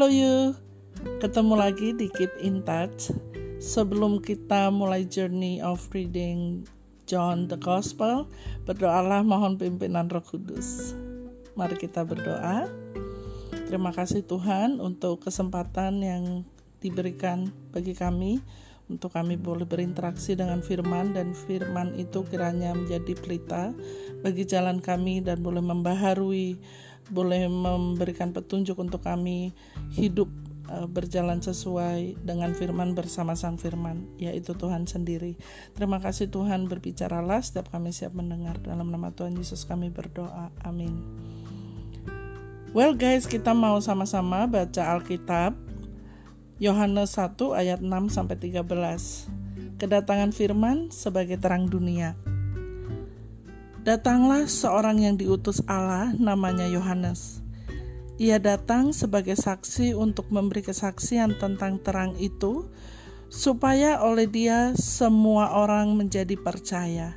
Halo you, ketemu lagi di Keep in Touch. Sebelum kita mulai journey of reading John the Gospel, berdoalah mohon pimpinan Roh Kudus. Mari kita berdoa. Terima kasih Tuhan untuk kesempatan yang diberikan bagi kami, untuk kami boleh berinteraksi dengan firman, dan firman itu kiranya menjadi pelita bagi jalan kami dan boleh membaharui, boleh memberikan petunjuk untuk kami hidup berjalan sesuai dengan firman bersama Sang Firman, yaitu Tuhan sendiri. Terima kasih Tuhan, berbicaralah, setiap kami siap mendengar. Dalam nama Tuhan Yesus kami berdoa, amin. Well guys, kita mau sama-sama baca Alkitab Yohanes 1 ayat 6-13. Kedatangan firman sebagai terang dunia. Datanglah seorang yang diutus Allah, namanya Yohanes. Ia datang sebagai saksi untuk memberi kesaksian tentang terang itu, supaya oleh dia semua orang menjadi percaya.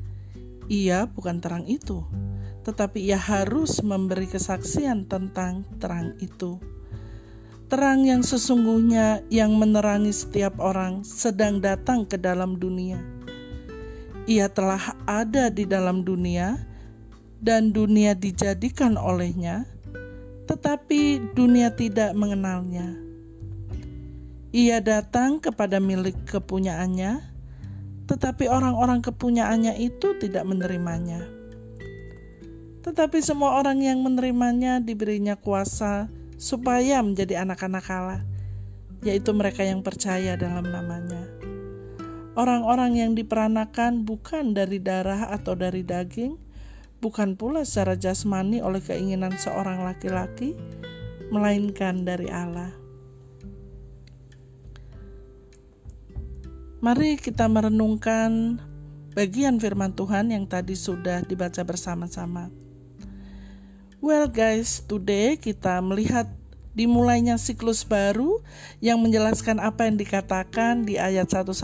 Ia bukan terang itu, tetapi ia harus memberi kesaksian tentang terang itu. Terang yang sesungguhnya yang menerangi setiap orang sedang datang ke dalam dunia. Ia telah ada di dalam dunia, dan dunia dijadikan olehnya, tetapi dunia tidak mengenalnya. Ia datang kepada milik kepunyaannya, tetapi orang-orang kepunyaannya itu tidak menerimanya. Tetapi semua orang yang menerimanya diberinya kuasa supaya menjadi anak-anak Allah, yaitu mereka yang percaya dalam namanya. Orang-orang yang diperanakan bukan dari darah atau dari daging, bukan pula secara jasmani oleh keinginan seorang laki-laki, melainkan dari Allah. Mari kita merenungkan bagian firman Tuhan yang tadi sudah dibaca bersama-sama. Well guys, today kita melihat dimulainya siklus baru yang menjelaskan apa yang dikatakan di ayat 1-5.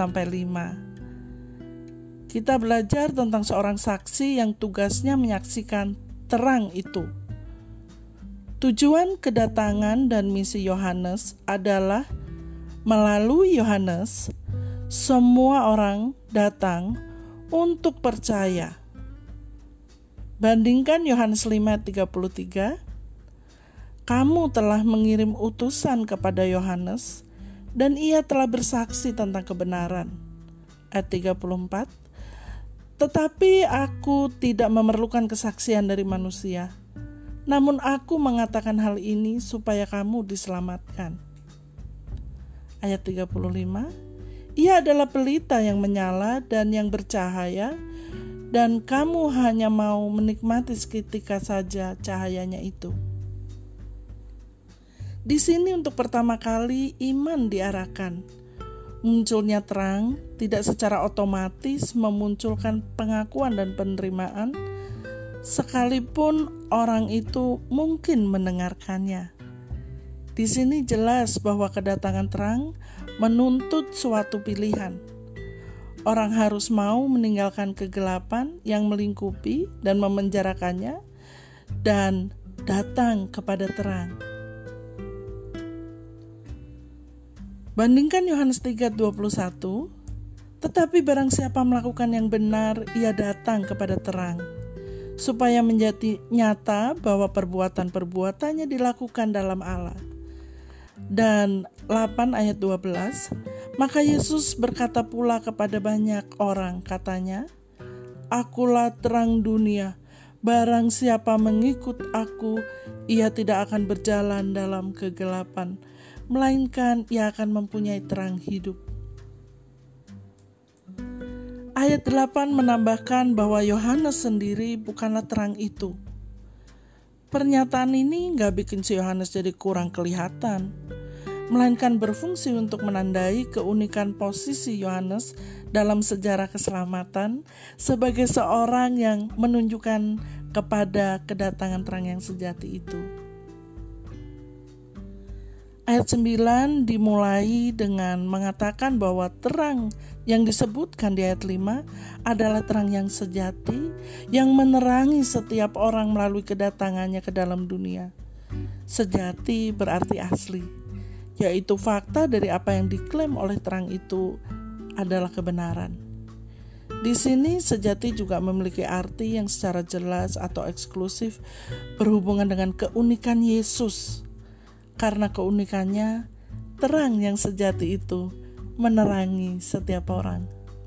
Kita belajar tentang seorang saksi yang tugasnya menyaksikan terang itu. Tujuan kedatangan dan misi Yohanes adalah melalui Yohanes, semua orang datang untuk percaya. Bandingkan Yohanes 5:33, kamu telah mengirim utusan kepada Yohanes, dan ia telah bersaksi tentang kebenaran. Ayat 34, tetapi aku tidak memerlukan kesaksian dari manusia, namun aku mengatakan hal ini supaya kamu diselamatkan. Ayat 35, ia adalah pelita yang menyala dan yang bercahaya, dan kamu hanya mau menikmati seketika saja cahayanya itu. Di sini untuk pertama kali iman diarahkan. Munculnya terang tidak secara otomatis memunculkan pengakuan dan penerimaan, sekalipun orang itu mungkin mendengarkannya. Di sini jelas bahwa kedatangan terang menuntut suatu pilihan. Orang harus mau meninggalkan kegelapan yang melingkupi dan memenjarakannya, dan datang kepada terang. Bandingkan Yohanes 3:21, tetapi barang siapa melakukan yang benar, ia datang kepada terang, supaya menjadi nyata bahwa perbuatan-perbuatannya dilakukan dalam Allah. Dan 8 ayat 12, maka Yesus berkata pula kepada banyak orang, katanya, akulah terang dunia, barang siapa mengikut aku, ia tidak akan berjalan dalam kegelapan, melainkan ia akan mempunyai terang hidup. Ayat 8 menambahkan bahwa Yohanes sendiri bukanlah terang itu. Pernyataan ini gak bikin si Yohanes jadi kurang kelihatan, melainkan berfungsi untuk menandai keunikan posisi Yohanes dalam sejarah keselamatan sebagai seorang yang menunjukkan kepada kedatangan terang yang sejati itu. Ayat 9 dimulai dengan mengatakan bahwa terang yang disebutkan di ayat 5 adalah terang yang sejati yang menerangi setiap orang melalui kedatangannya ke dalam dunia. Sejati berarti asli. yaitu fakta dari apa yang diklaim oleh terang itu adalah kebenaran. Di sini sejati juga memiliki arti yang secara jelas atau eksklusif berhubungan dengan keunikan Yesus. Karena keunikannya, terang yang sejati itu menerangi setiap orang.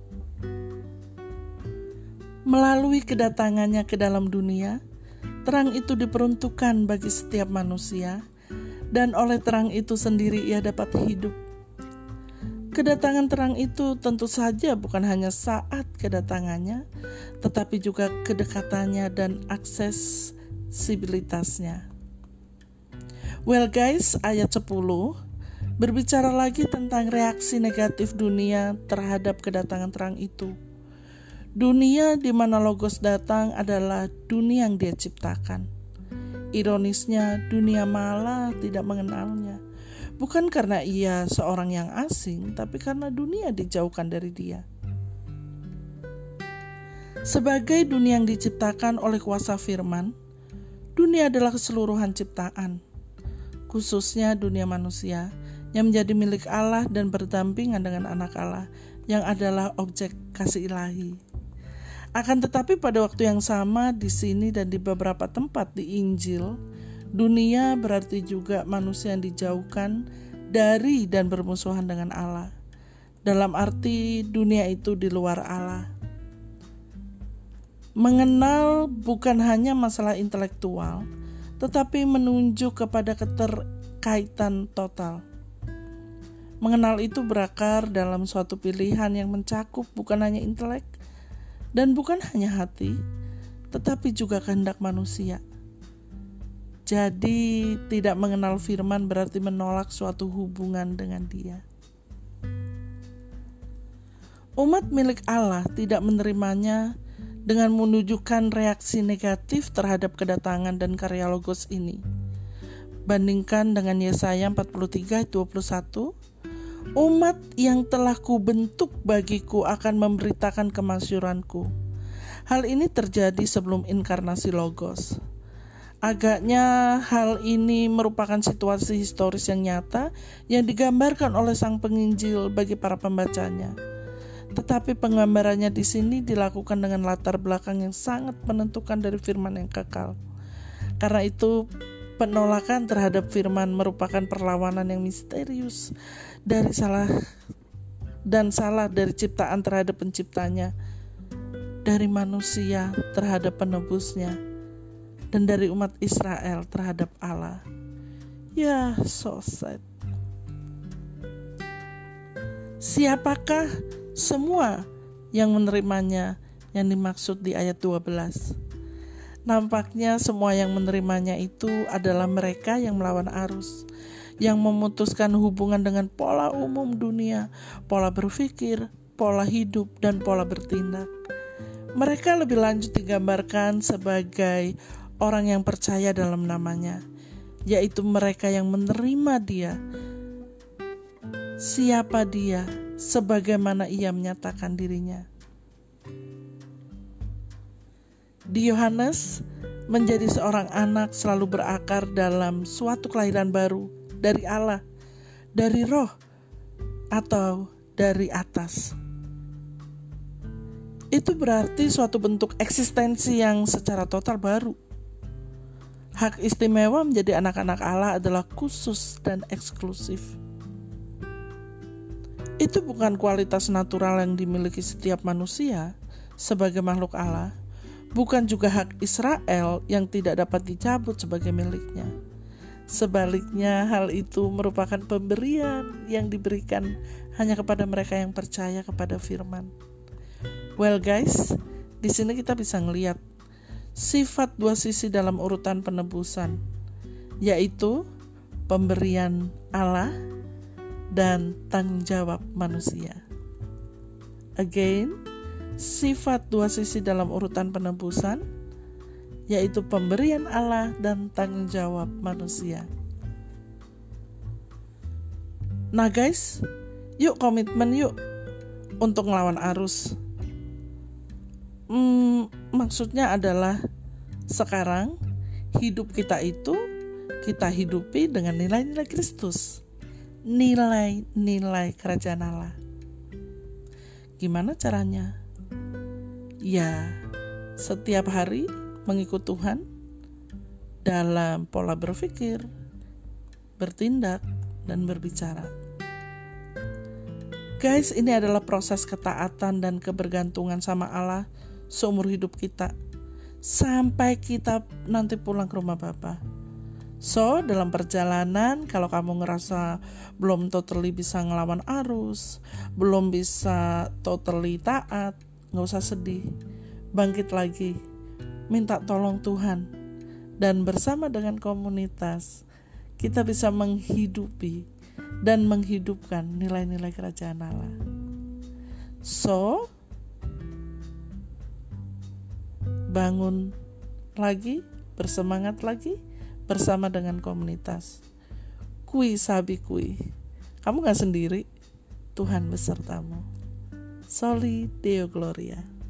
Melalui kedatangannya ke dalam dunia, terang itu diperuntukkan bagi setiap manusia, dan oleh terang itu sendiri ia dapat hidup. Kedatangan terang itu tentu saja bukan hanya saat kedatangannya, tetapi juga kedekatannya dan aksesibilitasnya. Well guys, ayat 10 berbicara lagi tentang reaksi negatif dunia terhadap kedatangan terang itu. Dunia di mana Logos datang adalah dunia yang Dia ciptakan. Ironisnya, dunia malah tidak mengenalnya. Bukan karena ia seorang yang asing, tapi karena dunia dijauhkan dari Dia. Sebagai dunia yang diciptakan oleh kuasa firman, dunia adalah keseluruhan ciptaan, khususnya dunia manusia yang menjadi milik Allah dan berdampingan dengan anak Allah yang adalah objek kasih ilahi. Akan tetapi pada waktu yang sama di sini dan di beberapa tempat di Injil, dunia berarti juga manusia yang dijauhkan dari dan bermusuhan dengan Allah. Dalam arti dunia itu di luar Allah. Mengenal bukan hanya masalah intelektual, tetapi menunjuk kepada keterkaitan total. Mengenal itu berakar dalam suatu pilihan yang mencakup bukan hanya intelek, dan bukan hanya hati, tetapi juga kehendak manusia. Jadi, tidak mengenal firman berarti menolak suatu hubungan dengan Dia. Umat milik Allah tidak menerimanya dengan menunjukkan reaksi negatif terhadap kedatangan dan karya Logos ini. Bandingkan dengan Yesaya 43:21, umat yang telah kubentuk bagiku akan memberitakan kemasyuranku. Hal ini terjadi sebelum inkarnasi Logos. Agaknya hal ini merupakan situasi historis yang nyata yang digambarkan oleh sang penginjil bagi para pembacanya. Tetapi penggambarannya di sini dilakukan dengan latar belakang yang sangat menentukan dari firman yang kekal. Karena itu, penolakan terhadap firman merupakan perlawanan yang misterius dari salah dari ciptaan terhadap penciptanya, dari manusia terhadap penebusnya, dan dari umat Israel terhadap Allah. Ya, so sad. Siapakah semua yang menerimanya yang dimaksud di ayat 12? Nampaknya semua yang menerimanya itu adalah mereka yang melawan arus, yang memutuskan hubungan dengan pola umum dunia, pola berpikir, pola hidup, dan pola bertindak. Mereka lebih lanjut digambarkan sebagai orang yang percaya dalam namanya, yaitu mereka yang menerima Dia. Siapa Dia, sebagaimana Ia menyatakan dirinya. Di Yohanes, menjadi seorang anak selalu berakar dalam suatu kelahiran baru dari Allah, dari roh, atau dari atas. Itu berarti suatu bentuk eksistensi yang secara total baru. Hak istimewa menjadi anak-anak Allah adalah khusus dan eksklusif. Itu bukan kualitas natural yang dimiliki setiap manusia sebagai makhluk Allah, bukan juga hak Israel yang tidak dapat dicabut sebagai miliknya. Sebaliknya, hal itu merupakan pemberian yang diberikan hanya kepada mereka yang percaya kepada firman. Well guys, di sini kita bisa ngelihat sifat dua sisi dalam urutan penebusan, yaitu pemberian Allah dan tanggung jawab manusia. Again, sifat dua sisi dalam urutan penebusan, yaitu pemberian Allah dan tanggung jawab manusia. Nah guys, yuk komitmen yuk untuk ngelawan arus. Maksudnya adalah sekarang hidup kita itu kita hidupi dengan nilai-nilai Kristus. nilai-nilai kerajaan Allah. Gimana caranya? Ya, setiap hari mengikut Tuhan dalam pola berpikir, bertindak, dan berbicara. Guys, ini adalah proses ketaatan dan kebergantungan sama Allah seumur hidup kita, sampai kita nanti pulang ke rumah Bapa. So, dalam perjalanan, kalau kamu ngerasa belum totally bisa ngelawan arus, belum bisa totally taat, gak usah sedih. Bangkit lagi, minta tolong Tuhan. Dan bersama dengan komunitas, kita bisa menghidupi dan menghidupkan nilai-nilai kerajaan Allah. So, bangun lagi, bersemangat lagi, bersama dengan komunitas. Kui sabi kui. Kamu gak sendiri, Tuhan besertamu. Soli Deo Gloria.